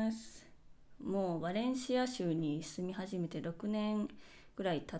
ます。もうバレンシア州に住み始めて6年ぐらい経って、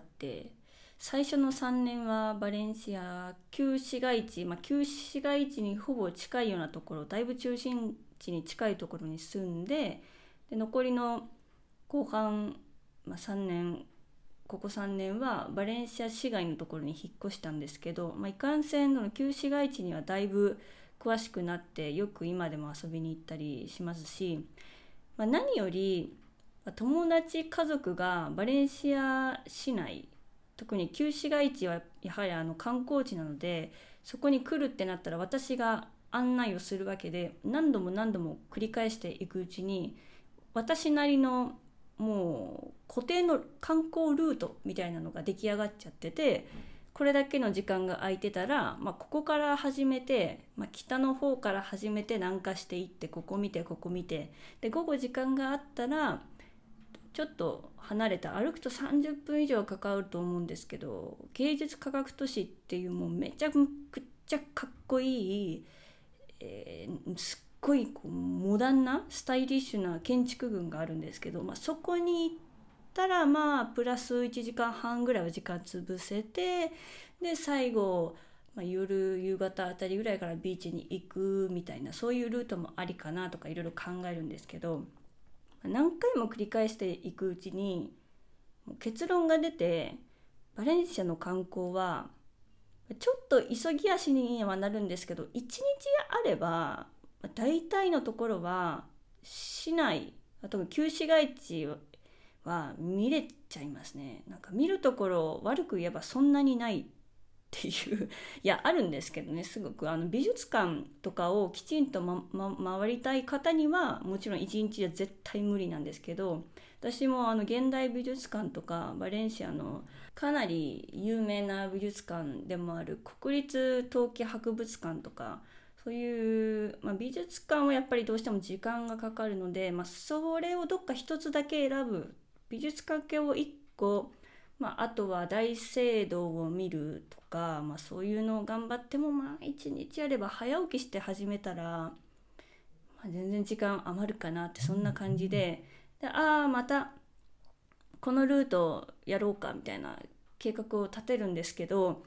最初の3年はバレンシア旧市街地、旧市街地にほぼ近いようなところ、だいぶ中心地に近いところに住んで、残りの後半、3年ここ3年はバレンシア市街のところに引っ越したんですけど、いかんせんの旧市街地にはだいぶ詳しくなって、よく今でも遊びに行ったりしますし、何より友達家族がバレンシア市内、特に旧市街地はやはり観光地なので、そこに来るってなったら私が案内をするわけで、何度も何度も繰り返していくうちに、私なりのもう固定の観光ルートみたいなのが出来上がっちゃってて、これだけの時間が空いてたら、ここから始めて、北の方から始めて南下していって、ここ見てここ見て、で午後時間があったらちょっと離れた、歩くと30分以上かかると思うんですけど、芸術科学都市っていう、もうめちゃくちゃかっこいい、すっごいこうモダンなスタイリッシュな建築群があるんですけど、そこに行ったらプラス1時間半ぐらいは時間潰せて、で最後、夕方あたりぐらいからビーチに行くみたいな、そういうルートもありかなとかいろいろ考えるんですけど、何回も繰り返していくうちに結論が出て、バレンシアの観光はちょっと急ぎ足にはなるんですけど、1日あれば大体のところは市内、あと旧市街地は見れちゃいますね。なんか見るところ悪く言えばそんなにないっていういやあるんですけどね、すごく美術館とかをきちんと、回りたい方にはもちろん1日じゃ絶対無理なんですけど、私も現代美術館とかバレンシアのかなり有名な美術館でもある国立陶器博物館とか、そういう、美術館はやっぱりどうしても時間がかかるので、それをどっか一つだけ選ぶ、美術館を1個、あとは大聖堂を見るとか、そういうのを頑張っても一日あれば早起きして始めたら、全然時間余るかなって、そんな感じでまたこのルートやろうかみたいな計画を立てるんですけど、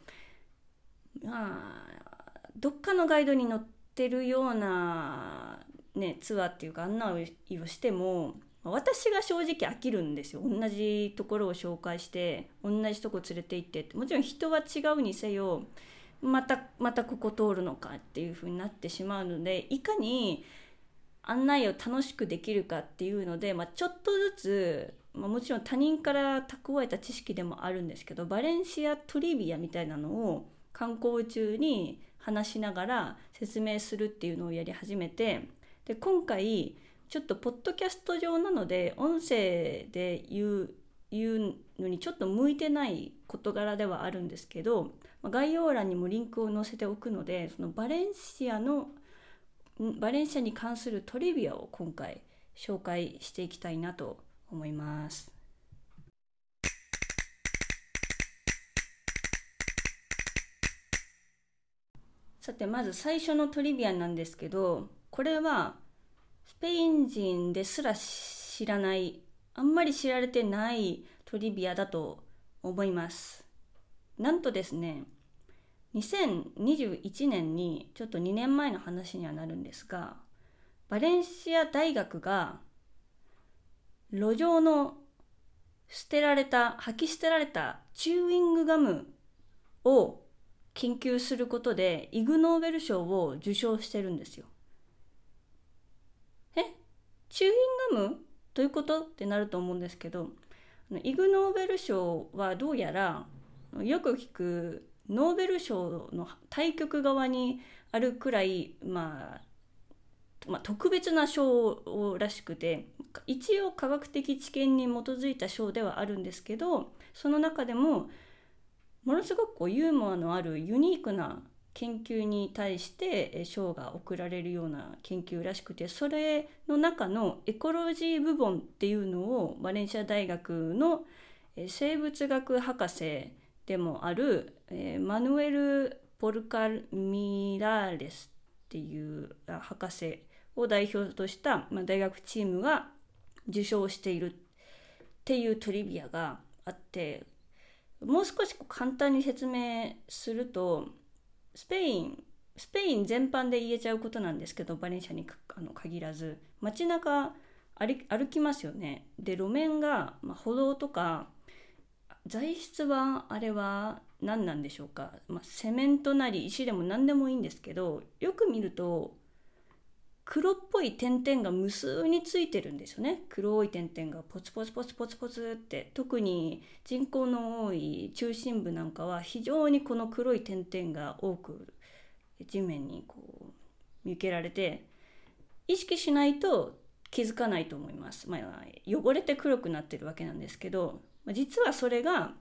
どっかのガイドに載ってるような、ツアーっていうか案内をしても、私が正直飽きるんですよ。同じところを紹介して同じとこ連れて行ってって、もちろん人は違うにせよ、またここ通るのかっていう風になってしまうので、いかに案内を楽しくできるかっていうので、ちょっとずつ、もちろん他人から蓄えた知識でもあるんですけど、バレンシアトリビアみたいなのを観光中に話しながら説明するっていうのをやり始めて、で今回ちょっとポッドキャスト上なので音声で言うのにちょっと向いてない事柄ではあるんですけど、概要欄にもリンクを載せておくので、そのバレンシアに関するトリビアを今回紹介していきたいなと思います。さて、まず最初のトリビアなんですけど、これはスペイン人ですら知らない、あんまり知られてないトリビアだと思います。なんとですね、2021年に、ちょっと2年前の話にはなるんですが、バレンシア大学が路上の吐き捨てられたチューイングガムを研究することでイグ・ノーベル賞を受賞してるんですよ。チューインガムどういうことってなると思うんですけど、イグ・ノーベル賞はどうやらよく聞くノーベル賞の対局側にあるくらい、特別な賞らしくて、一応科学的知見に基づいた賞ではあるんですけど、その中でもものすごくユーモアのあるユニークな研究に対して賞が贈られるような研究らしくて、それの中のエコロジー部門っていうのをバレンシア大学の生物学博士でもあるマヌエル・ポルカミラーレスっていう博士を代表とした、大学チームが受賞しているっていうトリビアがあって、もう少し簡単に説明すると、スペイン全般で言えちゃうことなんですけど、バレンシアに限らず街中歩きますよね。で路面が、歩道とか材質はあれは何なんでしょうか、セメントなり石でも何でもいいんですけど、よく見ると黒っぽい点々が無数についてるんですよね。黒い点々がポツポツポツポツポツって、特に人口の多い中心部なんかは非常にこの黒い点々が多く地面に見受けられて、意識しないと気づかないと思います。汚れて黒くなってるわけなんですけど、実はそれが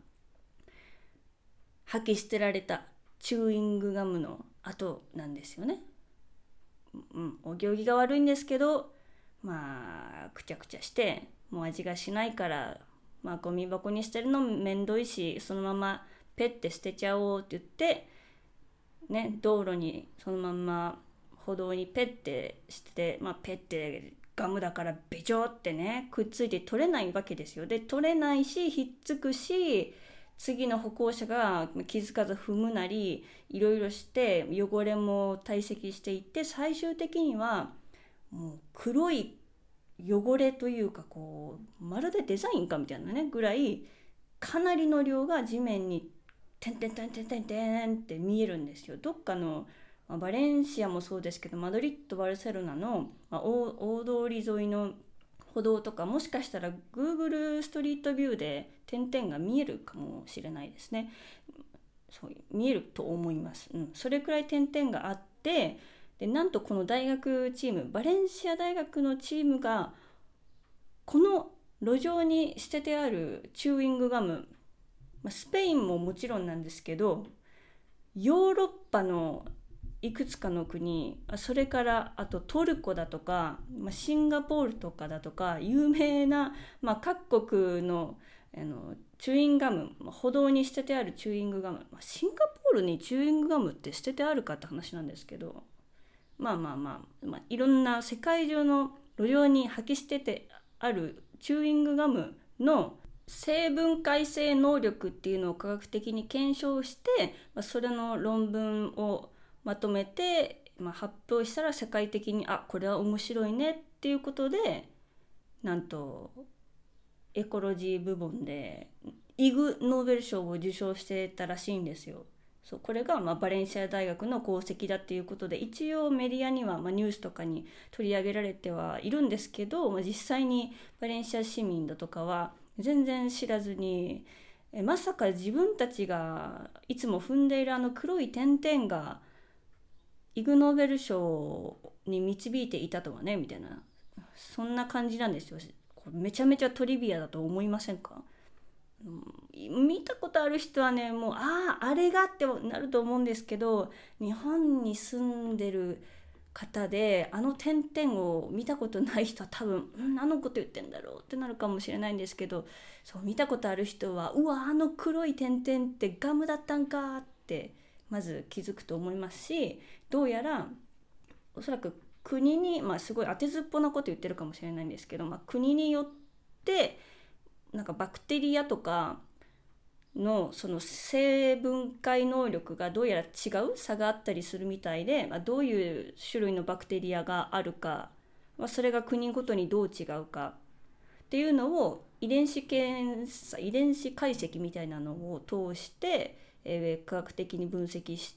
吐き捨てられたチューイングガムの跡なんですよね。お行儀が悪いんですけど、くちゃくちゃしてもう味がしないから、ゴミ箱に捨てるのめんどいし、そのままペッて捨てちゃおうって言ってね、道路にそのまま歩道にペッてして、ペッてガムだからべちょってねくっついて取れないわけですよ。で取れないしひっつくし、次の歩行者が気づかず踏むなりいろいろして汚れも堆積していって、最終的にはもう黒い汚れというか、まるでデザインかみたいなねぐらいかなりの量が地面にてんてんてんてんてんてんって見えるんですよ。どっかのバレンシアもそうですけど、マドリッドバルセロナの大通り沿いの歩道とか、もしかしたら Google ストリートビューで点々が見えるかもしれないですね。そう見えると思います、それくらい点々があって、でなんとこの大学チーム、バレンシア大学のチームがこの路上に捨ててあるチューイングガム、スペインももちろんなんですけど、ヨーロッパのいくつかの国、それからあとトルコだとか、シンガポールとかだとか有名な、各国のチューイングガム、歩道に捨ててあるチューイングガム、シンガポールにチューイングガムって捨ててあるかって話なんですけど、いろんな世界中の路上に吐き捨ててあるチューイングガムの生分解性能力っていうのを科学的に検証して、それの論文をまとめて、発表したら世界的にこれは面白いねっていうことで、なんとエコロジー部門でイグ・ノーベル賞を受賞してたらしいんですよ。これがバレンシア大学の功績だっていうことで、一応メディアにはニュースとかに取り上げられてはいるんですけど、実際にバレンシア市民だとかは全然知らずに、まさか自分たちがいつも踏んでいる黒い点々がイグ・ノーベル賞に導いていたとはねみたいな、そんな感じなんですよ。これめちゃめちゃトリビアだと思いませんか？見たことある人はね、もうあれがってなると思うんですけど、日本に住んでる方で点々を見たことない人は多分何のこと言ってんだろうってなるかもしれないんですけど、そう見たことある人は黒い点々ってガムだったんかってまず気づくと思いますし、どうやらおそらく国に、すごい当てずっぽなこと言ってるかもしれないんですけど、国によってバクテリアとかのその生分解能力がどうやら違う差があったりするみたいで、どういう種類のバクテリアがあるか、それが国ごとにどう違うかっていうのを遺伝子検査、遺伝子解析みたいなのを通して、科学的に分析して、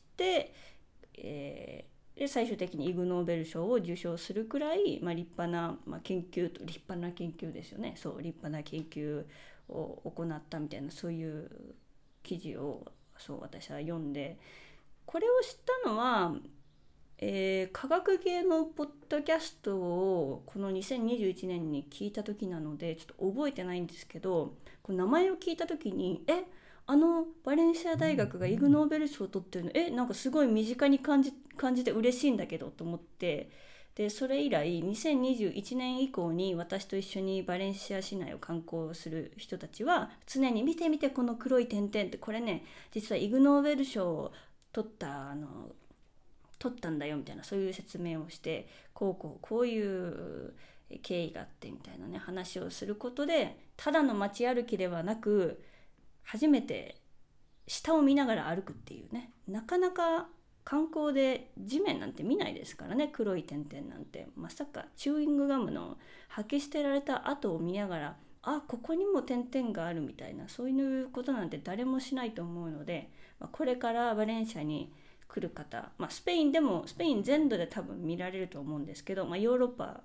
で最終的にイグ・ノーベル賞を受賞するくらい、立派な、研究と立派な研究ですよね。そう立派な研究を行ったみたいな、そういう記事を私は読んで、これを知ったのは、科学系のポッドキャストをこの2021年に聞いた時なのでちょっと覚えてないんですけど、この名前を聞いた時にバレンシア大学がイグ・ノーベル賞を取ってるのなんかすごい身近に感じて嬉しいんだけどと思って、でそれ以来2021年以降に私と一緒にバレンシア市内を観光する人たちは常に見てこの黒い点々って、これね実はイグ・ノーベル賞を取った取ったんだよみたいな、そういう説明をして、こういう経緯があってみたいなね話をすることで、ただの街歩きではなく初めて下を見ながら歩くっていうね、なかなか観光で地面なんて見ないですからね、黒い点々なんて。まさかチューイングガムの吐き捨てられた跡を見ながら、ここにも点々があるみたいな、そういうことなんて誰もしないと思うので、これからバレンシアに来る方、スペイン全土で多分見られると思うんですけど、ヨーロッパ、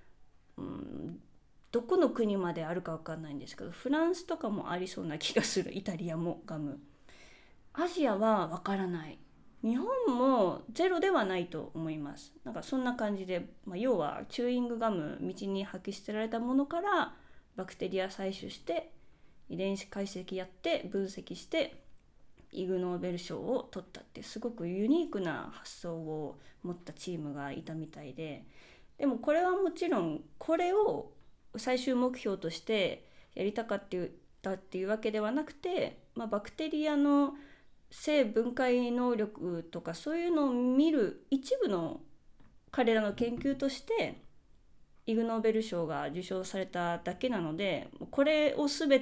どこの国まであるか分かんないんですけど、フランスとかもありそうな気がする。イタリアもガム。アジアは分からない。日本もゼロではないと思います。なんかそんな感じで、要はチューイングガム、道に吐き捨てられたものからバクテリア採取して遺伝子解析やって分析してイグ・ノーベル賞を取ったって、すごくユニークな発想を持ったチームがいたみたいで、でもこれはもちろんこれを最終目標としてやりたかったっていうわけではなくて、バクテリアの生分解能力とかそういうのを見る一部の彼らの研究としてイグ・ノーベル賞が受賞されただけなので、これに全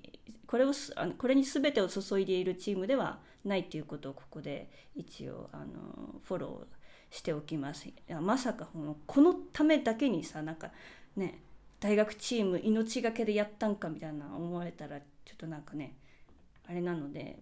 てを注いでいるチームではないということをここで一応フォローしておきます。まさかこのためだけにさ、なんかね、大学チーム命がけでやったんかみたいな思われたらちょっとなんかねあれなので、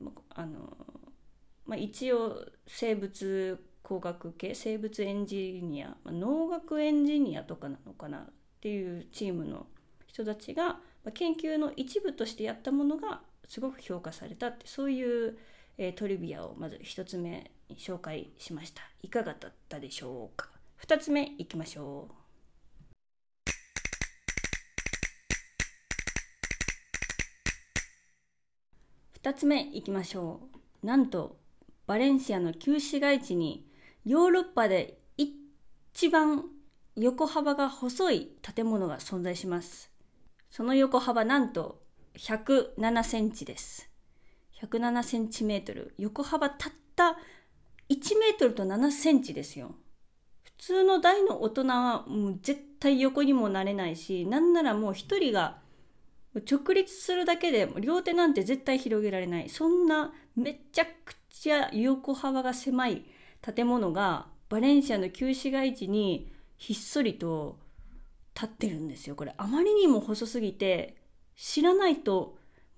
一応生物工学系、生物エンジニア、農学エンジニアとかなのかなっていうチームの人たちが研究の一部としてやったものがすごく評価されたって、そういう、トリビアをまず一つ目に紹介しました。いかがだったでしょうか。二つ目いきましょう。2つ目いきましょう。なんとバレンシアの旧市街地にヨーロッパで一番横幅が細い建物が存在します。その横幅なんと107センチです。107センチメートル。横幅たった1メートルと7センチですよ。普通の大の大人はもう絶対横にもなれないし、なんならもう一人が直立するだけで両手なんて絶対広げられない、そんなめちゃくちゃ横幅が狭い建物がバレンシアの旧市街地にひっそりと立ってるんですよ。これあまりにも細すぎて知らないと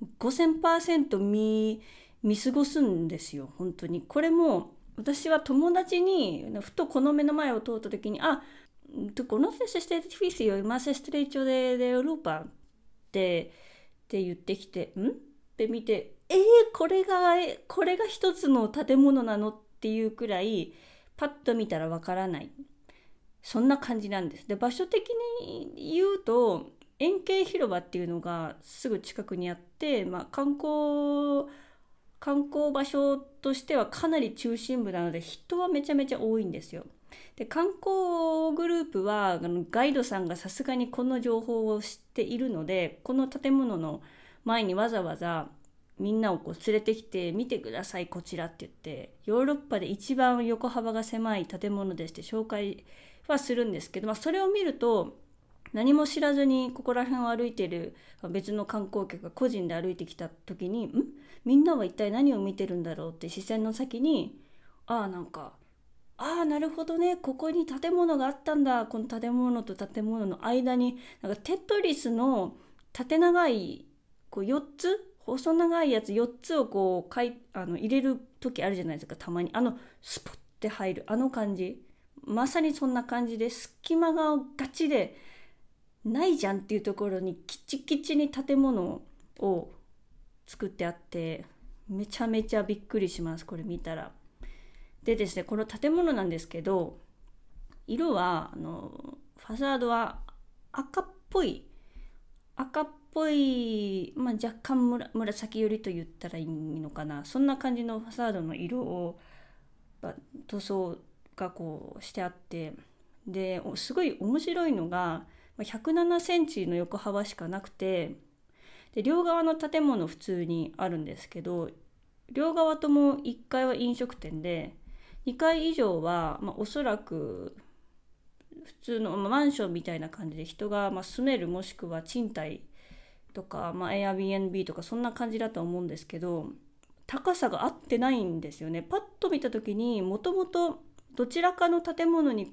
5000% 見過ごすんですよ。本当にこれも私は友達にふとこの目の前を通った時に¿Tú conoces este edificio? El más estrecho de Europa?って言ってきて、って見て、これが一つの建物なのっていうくらいパッと見たらわからない、そんな感じなんです。で、場所的に言うと円形広場っていうのがすぐ近くにあって、観光場所としてはかなり中心部なので人はめちゃめちゃ多いんですよ。で、観光グループはガイドさんがさすがにこの情報を知っているので、この建物の前にわざわざみんなを連れてきて、見てくださいこちらって言って、ヨーロッパで一番横幅が狭い建物ですって紹介はするんですけど、それを見ると何も知らずにここら辺を歩いている別の観光客が個人で歩いてきた時に、みんなは一体何を見てるんだろうって視線の先に、なるほどね、ここに建物があったんだ。この建物と建物の間になんかテトリスの縦長い4つ細長いやつ4つを入れる時あるじゃないですか、たまにスポッて入る感じ、まさにそんな感じで、隙間がガチでないじゃんっていうところにキチキチに建物を作ってあって、めちゃめちゃびっくりします、これ見たら。でですね、この建物なんですけど、色はファサードは赤っぽい、若干紫寄りと言ったらいいのかな、そんな感じのファサードの色を塗装がしてあって、ですごい面白いのが107センチの横幅しかなくて、で両側の建物普通にあるんですけど、両側とも1階は飲食店で 2階以上は、おそらく普通の、マンションみたいな感じで人が、住める、もしくは賃貸とか、Airbnb とかそんな感じだと思うんですけど、高さが合ってないんですよね。パッと見た時にもともとどちらかの建物に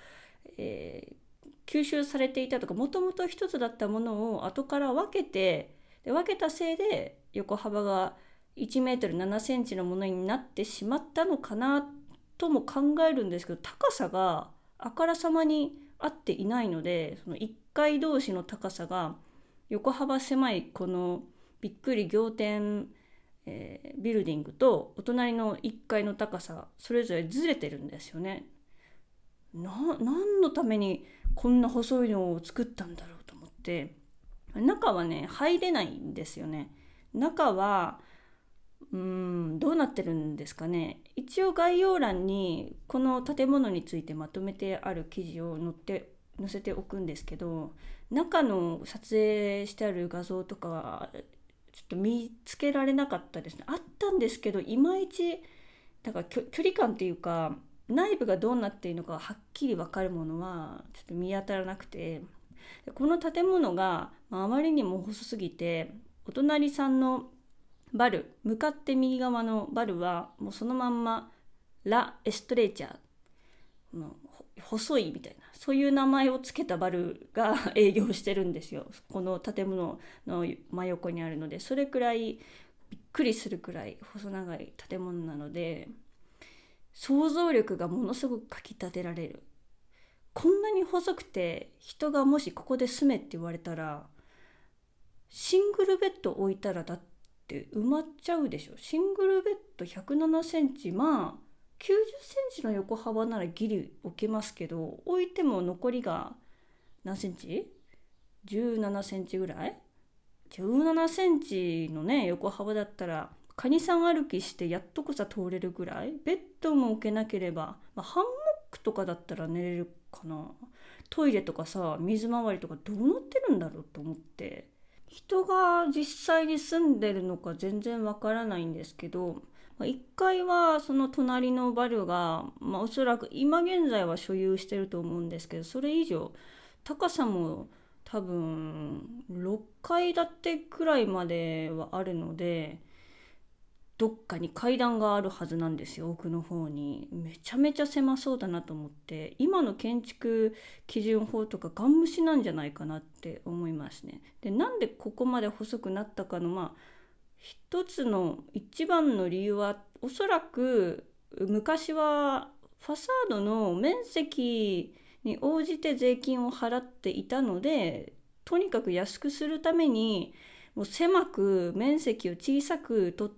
吸収されていたとか、もともと一つだったものを後から分けて、分けたせいで横幅が1メートル7センチのものになってしまったのかなとも考えるんですけど、高さがあからさまに合っていないので、その1階同士の高さが横幅狭いこのびっくり仰天、ビルディングとお隣の1階の高さそれぞれずれてるんですよね。何のためにこんな細いのを作ったんだろうと思って、中はね入れないんですよね。中はどうなってるんですかね。一応概要欄にこの建物についてまとめてある記事を載せておくんですけど、中の撮影してある画像とかはちょっと見つけられなかったですね。あったんですけど、いまいちだから距離感っていうか、内部がどうなっているのかはっきり分かるものはちょっと見当たらなくて、この建物があまりにも細すぎて、お隣さんのバル、向かって右側のバルはもうそのまんまラ・エストレーチャー、細いみたいな、そういう名前をつけたバルが営業してるんですよ。この建物の真横にあるので、それくらいびっくりするくらい細長い建物なので、想像力がものすごくかきたてられる。こんなに細くて人がもしここで住めって言われたら、シングルベッド置いたらだって埋まっちゃうでしょ。シングルベッド107センチ、90センチの横幅ならギリ置けますけど、置いても残りが何センチ ?17 センチぐらい。17センチのね横幅だったらカニさん歩きしてやっとこさ通れるぐらい。ベッドも置けなければ、ハンモックとかだったら寝れるかな。トイレとかさ、水回りとかどうなってるんだろうと思って、人が実際に住んでるのか全然わからないんですけど、1階はその隣のバルが、おそらく今現在は所有してると思うんですけど、それ以上高さも多分6階建てくらいまではあるので、どっかに階段があるはずなんですよ、奥の方に。めちゃめちゃ狭そうだなと思って、今の建築基準法とかガン無視なんじゃないかなって思いますね。で、なんでここまで細くなったかの一つの一番の理由は、おそらく昔はファサードの面積に応じて税金を払っていたので、とにかく安くするためにもう狭く面積を小さく取って、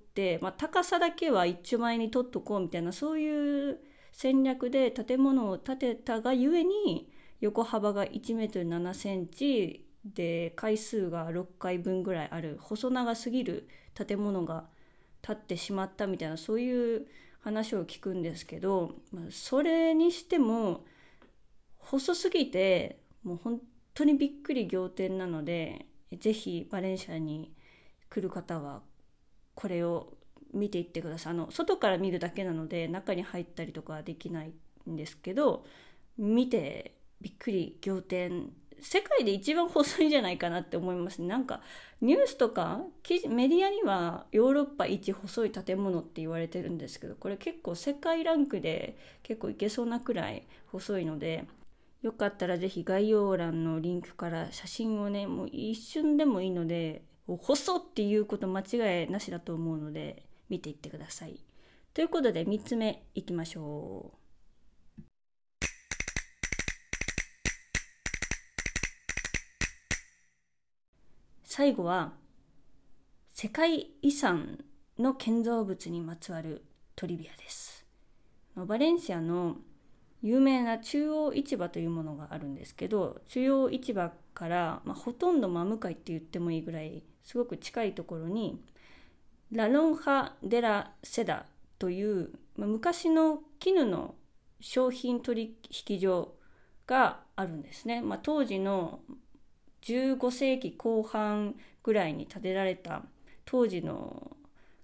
高さだけは一丁前に取っとこうみたいな、そういう戦略で建物を建てたがゆえに、横幅が1メートル7センチで階数が6階分ぐらいある細長すぎる建物が建ってしまったみたいな、そういう話を聞くんですけど、それにしても細すぎてもう本当にびっくり仰天なので、ぜひバレンシアに来る方はこれを見ていってください。外から見るだけなので中に入ったりとかはできないんですけど、見てびっくり仰天、世界で一番細いんじゃないかなって思いますね。なんかニュースとかメディアにはヨーロッパ一細い建物って言われてるんですけど、これ結構世界ランクで結構いけそうなくらい細いので、よかったらぜひ概要欄のリンクから写真をね、もう一瞬でもいいので、細っていうこと間違いなしだと思うので見ていってください。ということで3つ目いきましょう。最後は世界遺産の建造物にまつわるトリビアです。バレンシアの有名な中央市場というものがあるんですけど、中央市場から、ほとんど真向かいって言ってもいいぐらいすごく近いところにラロンハ・デラ・セダという、昔の絹の商品取引所があるんですね。当時の15世紀後半ぐらいに建てられた当時の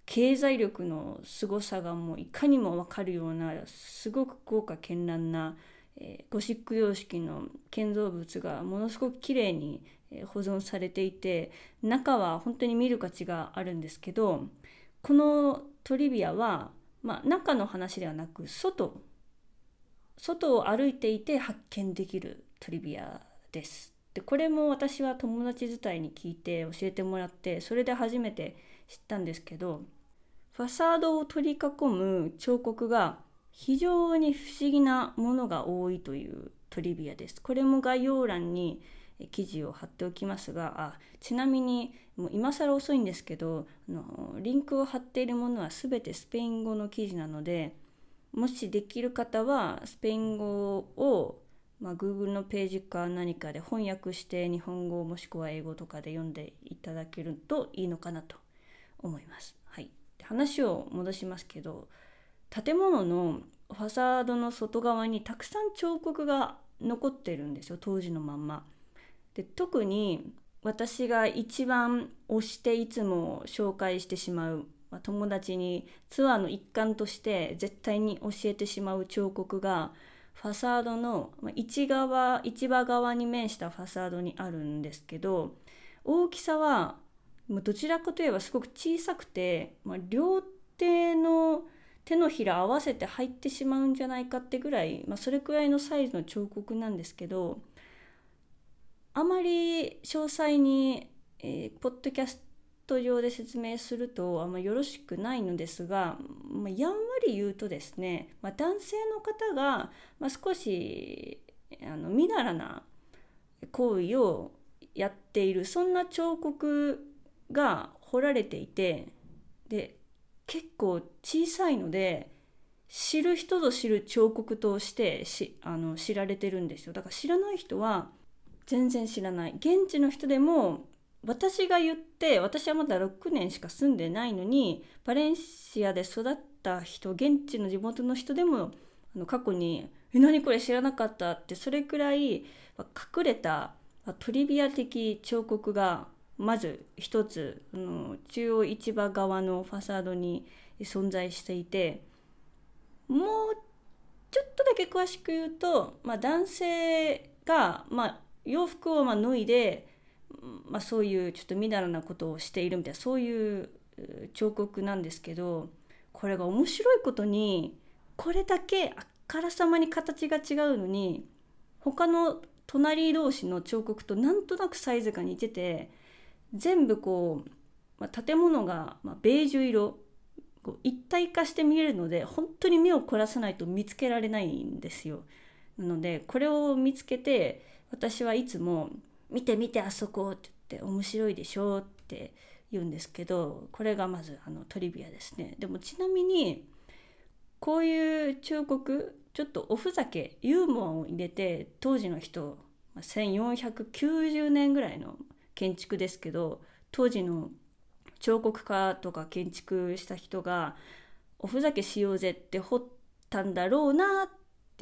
経済力の凄さがもういかにも分かるようなすごく豪華絢爛な、ゴシック様式の建造物がものすごく綺麗に保存されていて、中は本当に見る価値があるんですけど、このトリビアは、中の話ではなく外を歩いていて発見できるトリビアです。でこれも私は友達伝いに聞いて教えてもらって、それで初めて知ったんですけど、ファサードを取り囲む彫刻が非常に不思議なものが多いというトリビアです。これも概要欄に記事を貼っておきますが、ちなみにもう今更遅いんですけど、リンクを貼っているものは全てスペイン語の記事なので、もしできる方はスペイン語を、Google のページか何かで翻訳して日本語もしくは英語とかで読んでいただけるといいのかなと思います。はい、話を戻しますけど、建物のファサードの外側にたくさん彫刻が残ってるんですよ、当時のまんまで。特に私が一番推していつも紹介してしまう、友達にツアーの一環として絶対に教えてしまう彫刻がファサードの市場側に面したファサードにあるんですけど、大きさはどちらかといえばすごく小さくて、両手の手のひら合わせて入ってしまうんじゃないかってぐらい、それくらいのサイズの彫刻なんですけど、あまり詳細に、ポッドキャスト上で説明するとあんまよろしくないのですが、やんわり言うとですね、男性の方が、少しみだらな行為をやっている、そんな彫刻が彫られていて、で結構小さいので知る人ぞ知る彫刻として知られてるんですよ。だから知らない人は全然知らない。現地の人でも、私が言って、私はまだ6年しか住んでないのに、バレンシアで育った人、現地の地元の人でも過去に何これ知らなかったって、それくらい隠れたトリビア的彫刻がまず一つ中央市場側のファサードに存在していて、もうちょっとだけ詳しく言うと、男性が洋服を脱いで、そういうちょっとみだらなことをしているみたいな、そういう彫刻なんですけど、これが面白いことに、これだけあからさまに形が違うのに、他の隣同士の彫刻となんとなくサイズが似てて、全部建物がベージュ色、一体化して見えるので、本当に目を凝らさないと見つけられないんですよ。なのでこれを見つけて、私はいつも見て見てあそこって言って、面白いでしょって言うんですけど、これがまずトリビアですね。でもちなみにこういう彫刻、ちょっとおふざけユーモアを入れて、当時の人、1490年ぐらいの建築ですけど、当時の彫刻家とか建築した人がおふざけしようぜって彫ったんだろうなって、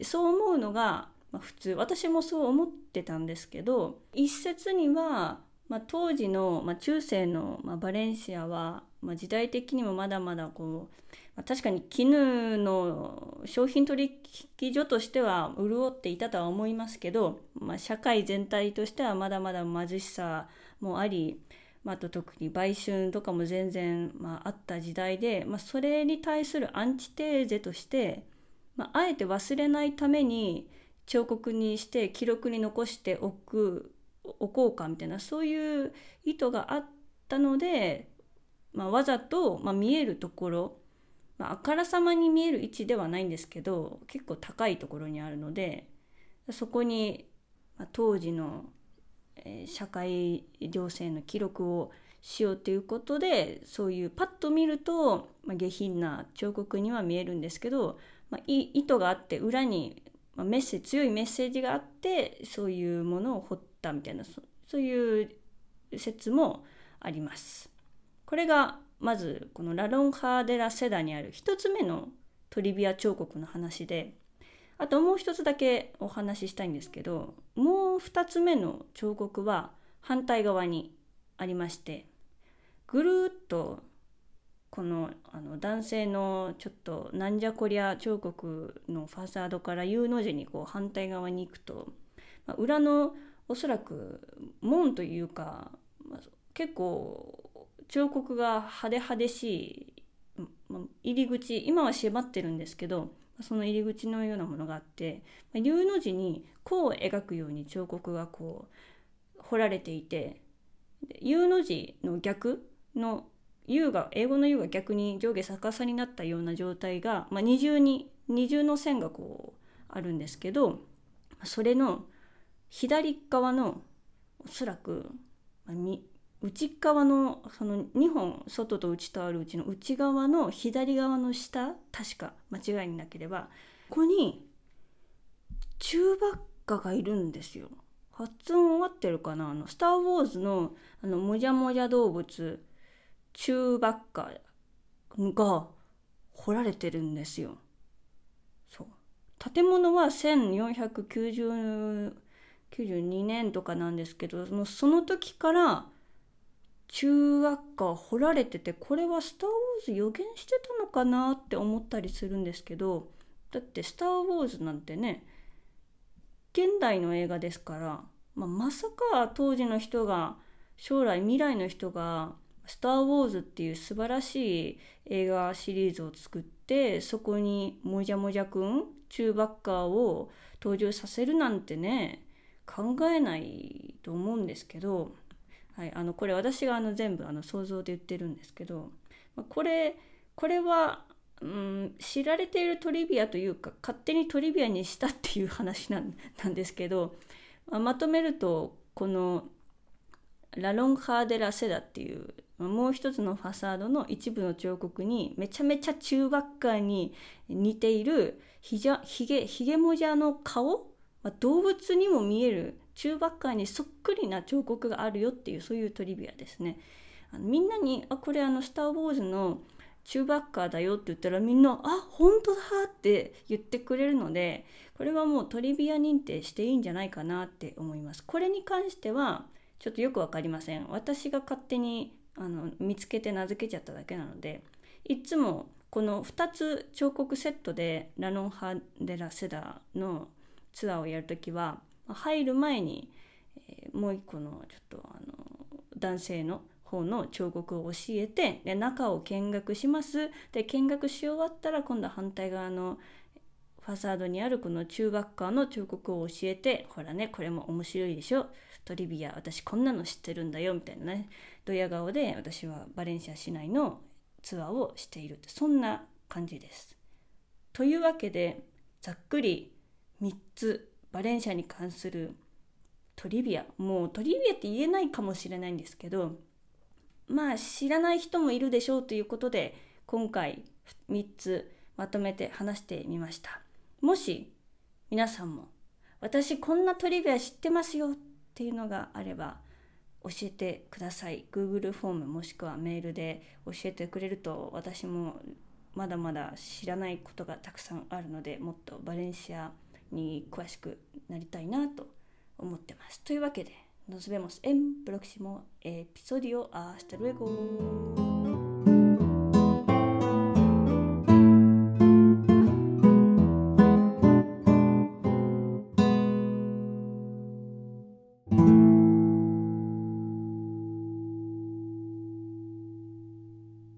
そう思うのが普通。私もそう思ってたんですけど、一説には、当時の、中世の、バレンシアは、時代的にもまだまだ確かに絹の商品取引所としては潤っていたとは思いますけど、社会全体としてはまだまだ貧しさもあり、あと特に売春とかも全然、あった時代で、それに対するアンチテーゼとして、あえて忘れないために彫刻にして記録に残しておこうかみたいな、そういう意図があったので、わざと、見えるところ、あからさまに見える位置ではないんですけど、結構高いところにあるので、そこに、当時の、社会情勢の記録をしようということで、そういうパッと見ると、下品な彫刻には見えるんですけど、意図があって、裏に強いメッセージがあって、そういうものを彫ったみたいな、そういう説もあります。これがまずこのラロンハ・デ・ラ・セダにある一つ目のトリビア彫刻の話で、あともう一つだけお話ししたいんですけど、もう二つ目の彫刻は反対側にありまして、ぐるっとこの男性のちょっとなんじゃこりゃ彫刻のファサードから U の字にこう反対側に行くと、裏のおそらく門というか、結構彫刻が派手派手しい、入り口、今は閉まってるんですけど、その入り口のようなものがあって、U の字に弧を描くように彫刻がこう彫られていて、U の字の逆の U が、英語の U が逆に上下逆さになったような状態が、二重の線がこうあるんですけど、それの左側のおそらく内側のその2本外と内とあるうちの内側の左側の下、確か間違いなければここにチューバッカがいるんですよ。発音終わってるかな。スター・ウォーズのもじゃもじゃ動物チューバッカが彫られてるんですよ。そう。建物は1492年とかなんですけど、もうその時からチューバッカ彫られてて、これはスター・ウォーズ予言してたのかなって思ったりするんですけど、だってスター・ウォーズなんてね、現代の映画ですから、まさか当時の人が、将来未来の人がスター・ウォーズっていう素晴らしい映画シリーズを作って、そこにもじゃもじゃくんチューバッカーを登場させるなんてね、考えないと思うんですけど、はい、これ私が全部想像で言ってるんですけど、これは、知られているトリビアというか、勝手にトリビアにしたっていう話なんですけど、まとめると、このラロンハーデラセダっていうもう一つのファサードの一部の彫刻にめちゃめちゃチューバッカーに似ているひげもじゃの顔、動物にも見えるチューバッカーにそっくりな彫刻があるよっていう、そういうトリビアですね。みんなにこれスター・ウォーズのチューバッカーだよって言ったら、みんな本当だって言ってくれるので、これはもうトリビア認定していいんじゃないかなって思います。これに関してはちょっとよくわかりません。私が勝手に見つけて名付けちゃっただけなので、いつもこの2つ彫刻セットでラロンハデラセダのツアーをやるときは、入る前に、もう一個のちょっと男性の方の彫刻を教えて、で中を見学します。で見学し終わったら今度は反対側のファサードにあるこのチューバッカーの彫刻を教えて、ほらねこれも面白いでしょ、トリビア私こんなの知ってるんだよみたいなね、ドヤ顔で私はバレンシア市内のツアーをしている、そんな感じです。というわけでざっくり3つバレンシアに関するトリビア、もうトリビアって言えないかもしれないんですけど、知らない人もいるでしょうということで今回3つまとめて話してみました。もし皆さんも私こんなトリビア知ってますよっていうのがあれば教えてください。 Google フォームもしくはメールで教えてくれると、私もまだまだ知らないことがたくさんあるので、もっとバレンシアに詳しくなりたいなと思ってます。というわけでNos vemos en próximo episodio. Hasta luego.